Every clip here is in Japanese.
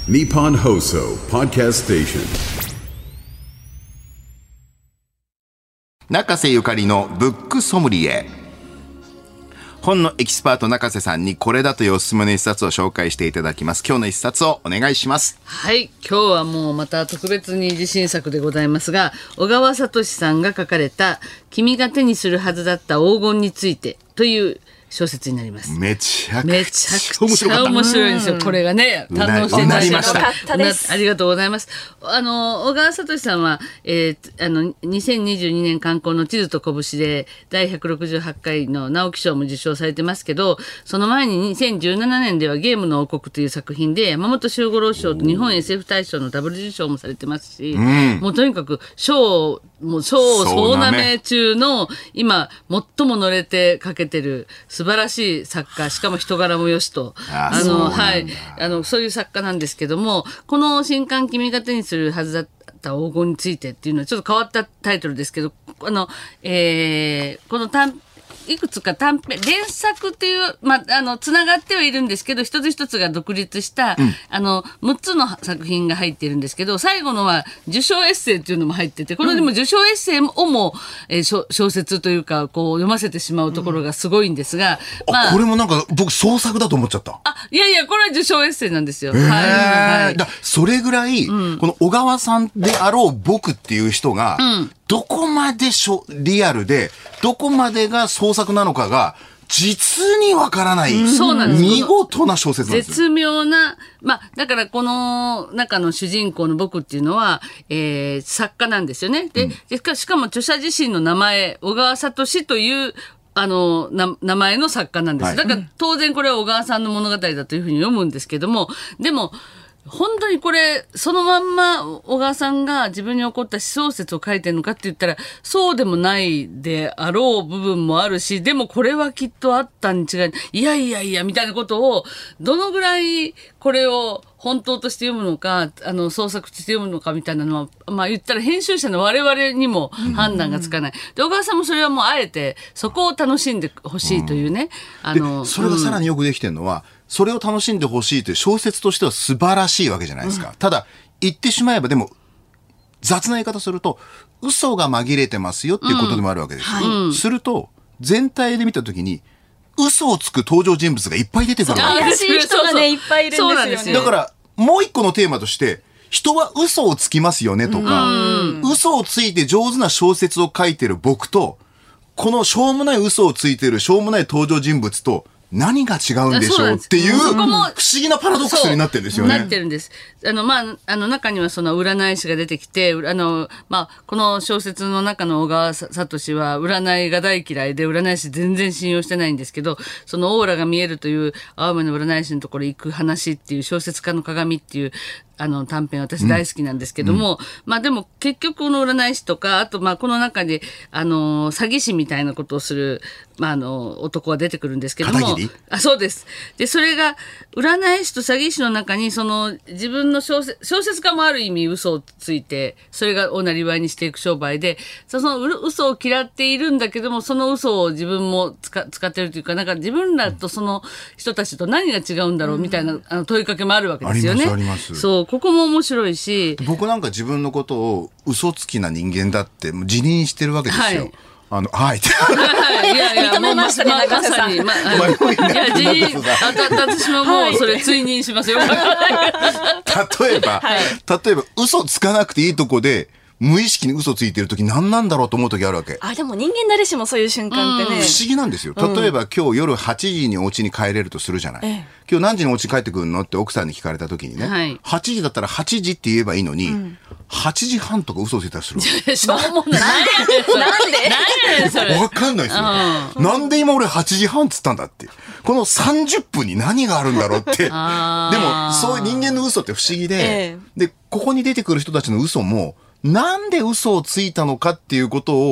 Nippon Hoso Podcast Station。 中瀬ゆかりのブックソムリエ。本のエキスパート中瀬さんにこれだというおすすめの一冊を紹介していただきます。今日の一冊をお願いします。 はい、今日はもうまた特別に自信作でございますが、小川聡さんが書かれた君が手にするはずだった黄金についてという小説になります。 めちゃくめちゃくちゃ面白いんですよ。これがね、堪能していただきました。 よかったです。 ありがとうございます。小川聡さんは、2022年刊行の地図と拳で第168回の直木賞も受賞されてますけど、その前に2017年ではゲームの王国という作品で山本周五郎賞と日本 SF 大賞のダブル受賞もされてますし、もうとにかく賞を総なめ中の今最も乗れて書けてる素晴らしい作家、しかも人柄もよしと、そういう作家なんですけども、この新刊君が手にするはずだった黄金についてっていうのはちょっと変わったタイトルですけど、このいくつか短編連作っていう、つながってはいるんですけど、一つ一つが独立した、6つの作品が入っているんですけど、最後のは受賞エッセイっていうのも入ってて、このでも受賞エッセイをも、小説というかこう読ませてしまうところがすごいんですが、 これもなんか僕創作だと思っちゃった。 いやいや、これは受賞エッセイなんですよ。 それぐらい、この小川さんであろう僕っていう人が、どこまでリアルでどこまでが創作なのかが実にわからない、 そうなんです。 見事な小説なんですよ。 絶妙な、だからこの中の主人公の僕っていうのは、作家なんですよね。で、しかも著者自身の名前、小川聡という名前の作家なんです。だから当然これは小川さんの物語だというふうに読むんですけども、でも本当にこれそのまんま小川さんが自分に起こった私小説を書いてるのかって言ったらそうでもないであろう部分もあるし、でもこれはきっとあったに違いやみたいなことをどのぐらいこれを本当として読むのか創作として読むのかみたいなのは言ったら編集者の我々にも判断がつかない。で小川さんもそれはもうあえてそこを楽しんでほしいというね、 それがさらによくできてるのは、それを楽しんでほしいという小説としては素晴らしいわけじゃないですか。ただ言ってしまえばでも雑な言い方すると嘘が紛れてますよっていうことでもあるわけですよ。すると全体で見たときに嘘をつく登場人物がいっぱい出てくるわけ怪しい人がねいっぱいいるんですよね。 だからもう一個のテーマとして人は嘘をつきますよねとか、嘘をついて上手な小説を書いてる僕とこのしょうもない嘘をついてるしょうもない登場人物と何が違うんでしょうっていう不思議なパラドックスになってるんですよね。 なってるんです。中にはその占い師が出てきて、この小説の中の小川聡は占いが大嫌いで占い師全然信用してないんですけど、そのオーラが見えるという青梅の占い師のところ行く話っていう小説家の鏡っていう短編私大好きなんですけども、でも結局この占い師とかあとこの中で詐欺師みたいなことをする男が出てくるんですけども、そうです。でそれが占い師と詐欺師の中にその自分の小説家もある意味嘘をついてそれをなりわいにしていく商売で、その嘘を嫌っているんだけどもその嘘を自分も使ってるというか、なんか自分らとその人たちと何が違うんだろうみたいな問いかけもあるわけですよね。 ありますそう、ここも面白いし、 僕なんか自分のことを嘘つきな人間だって自認してるわけですよ。はい。 いや認めましたね、中瀬さん。 いや、私ももうそれ追認しますよ。 例えば嘘つかなくていいとこで無意識に嘘ついてる時何なんだろうと思う時あるわけ。 でも人間誰しもそういう瞬間ってね。 不思議なんですよ。例えば今日夜8時にお家に帰れるとするじゃない。今日何時にお家帰ってくるのって奥さんに聞かれた時にね、8時だったら8時って言えばいいのに、8時半とか嘘ついたりする。 しょうもない。なんでそれ。 わかんないですよ。なんで今俺8時半っつったんだって。この30分に何があるんだろうって。でもそういう人間の嘘って不思議で、でここに出てくる人たちの嘘もなんで嘘をついたのかっていうことを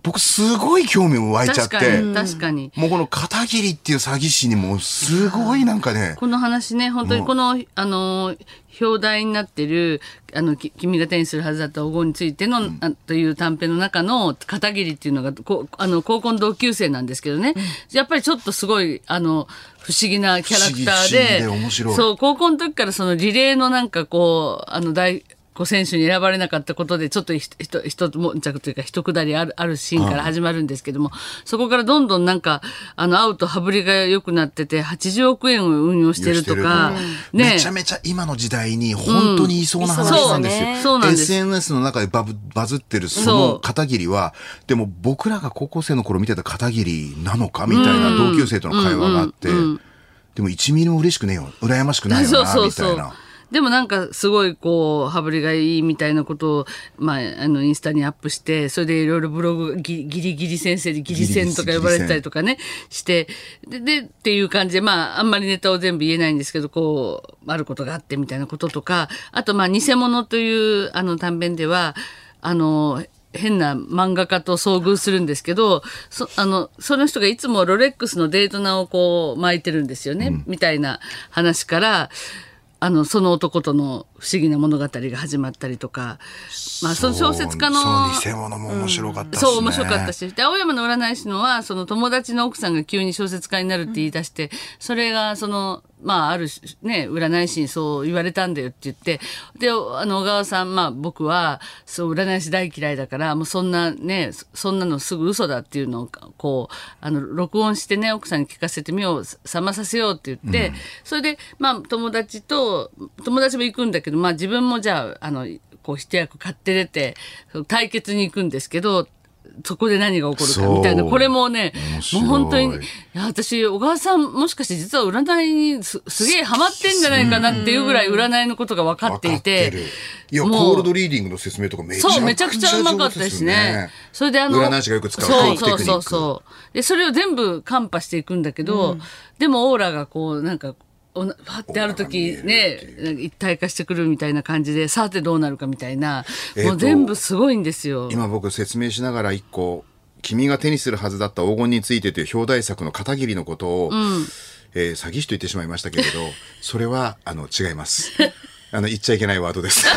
僕すごい興味も湧いちゃっ確かて、 に確かに。 もうこの片桐っていう詐欺師にもすごいなんかね、 この話ね、本当にこの、表題になってる、君が手にするはずだった黄金についての、という短編の中の片桐っていうのが、高校の同級生なんですけどね、やっぱりちょっとすごい、不思議なキャラクター不思議で、 で面白いそう、高校の時からそのリレーのなんかこう、選手に選ばれなかったことでちょっと一悶着というか一くだりあるシーンから始まるんですけども、そこからどんどんなんか会うと羽振りが良くなってて80億円を運用してるとか、 めちゃめちゃ今の時代に本当にいそうな話なんですよ。 そうなんです。 SNS の中でバズってるその片桐はでも僕らが高校生の頃見てた片桐なのかみたいな同級生との会話があって、でも1ミリも嬉しくねえよ、羨ましくないよなみたいな。 でもなんかすごいこう羽振りがいいみたいなことを、インスタにアップして、それでいろいろブログギリギリ先生でギリセンとか呼ばれてたりとかねしてでっていう感じで、あんまりネタを全部言えないんですけど、こうあることがあってみたいなこととか、あと偽物という短編では変な漫画家と遭遇するんですけど、その人がいつもロレックスのデートナをこう巻いてるんですよね、みたいな話からその男との不思議な物語が始まったりとか、その小説家のその偽物も面白かったですね。 そう面白かったし、で青山の占い師のはその友達の奥さんが急に小説家になるって言い出して、それがあるね占い師にそう言われたんだよって言って、で小川さん、僕はそう占い師大嫌いだから、もうそんなのすぐ嘘だっていうのをこう録音してね奥さんに聞かせてみよう、覚まさせようって言って、それで友達も行くんだけど、自分もじゃあこう一役買って出て対決に行くんですけど、そこで何が起こるかみたいな、これもねもう本当に私小川さんもしかして実は占いにすげえハマってんじゃないかなっていうぐらい占いのことが分かっていて、 いやコールドリーディングの説明とかめちゃくちゃうまかったですね。それで占い師がよく使うテクニック、 そうでそれを全部カンパしていくんだけど、でもオーラがこうなんかパッてある時ね一体化してくるみたいな感じで、さてどうなるかみたいな、もう全部すごいんですよ。 今僕説明しながら一個君が手にするはずだった黄金についてという表題作の片桐のことを、詐欺師と言ってしまいましたけれどそれは違います言っちゃいけないワードです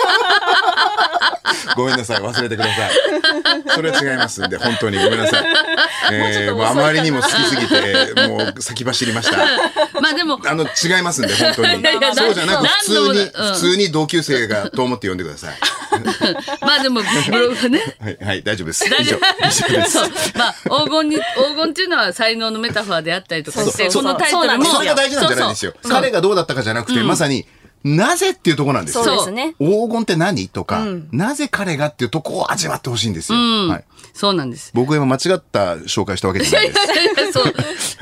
ごめんなさい、忘れてください。それは違いますんで本当にごめんなさい。もうあまりにも好きすぎてもう先走りました。 でも違いますんで本当にそうじゃなく普通に同級生がと思って呼んでください。 でもブログがねはい大丈夫です。 以上です。 そう黄金っていうのは才能のメタファーであったりとかして、このタイトルもそれが大事なんじゃないんですよ。彼がどうだったかじゃなくて、まさになぜっていうところなんですよ。 そうですね。 黄金って何とか、なぜ彼がっていうところを味わってほしいんですよ。 そうなんです。 僕は今間違った紹介したわけじゃないです。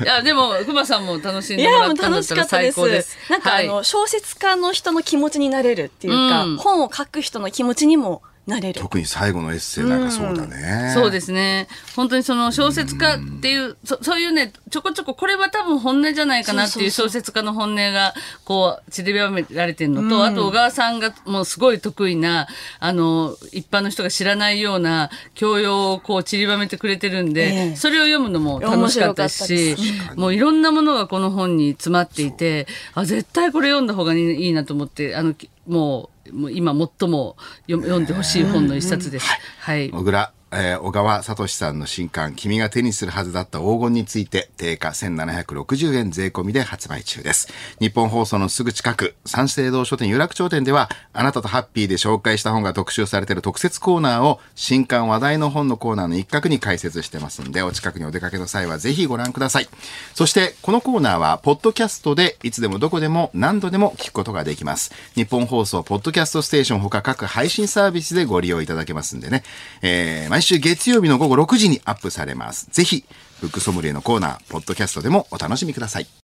いやでも熊さんも楽しんでもらったんだったら最高です。 なんか小説家の人の気持ちになれるっていうか、本を書く人の気持ちにもなれる。 特に最後のエッセイなんかそうだね。 そうですね。本当にその小説家っていう、そういうね、ちょこちょここれは多分本音じゃないかなっていう小説家の本音がこう散りばめられてるのと、あと小川さんがもうすごい得意な一般の人が知らないような教養をこう散りばめてくれてるんで、それを読むのも楽しかったし、もういろんなものがこの本に詰まっていて、絶対これ読んだ方がいいなと思って、もう今最も読んでほしい本の一冊です。はい。 小川聡さんの新刊君が手にするはずだった黄金について定価1760円税込みで発売中です。日本放送のすぐ近く三省堂書店有楽町店ではあなたとハッピーで紹介した本が特集されている特設コーナーを新刊話題の本のコーナーの一角に開設してますんで、お近くにお出かけの際はぜひご覧ください。そしてこのコーナーはポッドキャストでいつでもどこでも何度でも聞くことができます。日本放送ポッドキャストステーションほか各配信サービスでご利用いただけますんでね、毎週月曜日の午後6時にアップされます。ぜひブックソムリエのコーナーポッドキャストでもお楽しみください。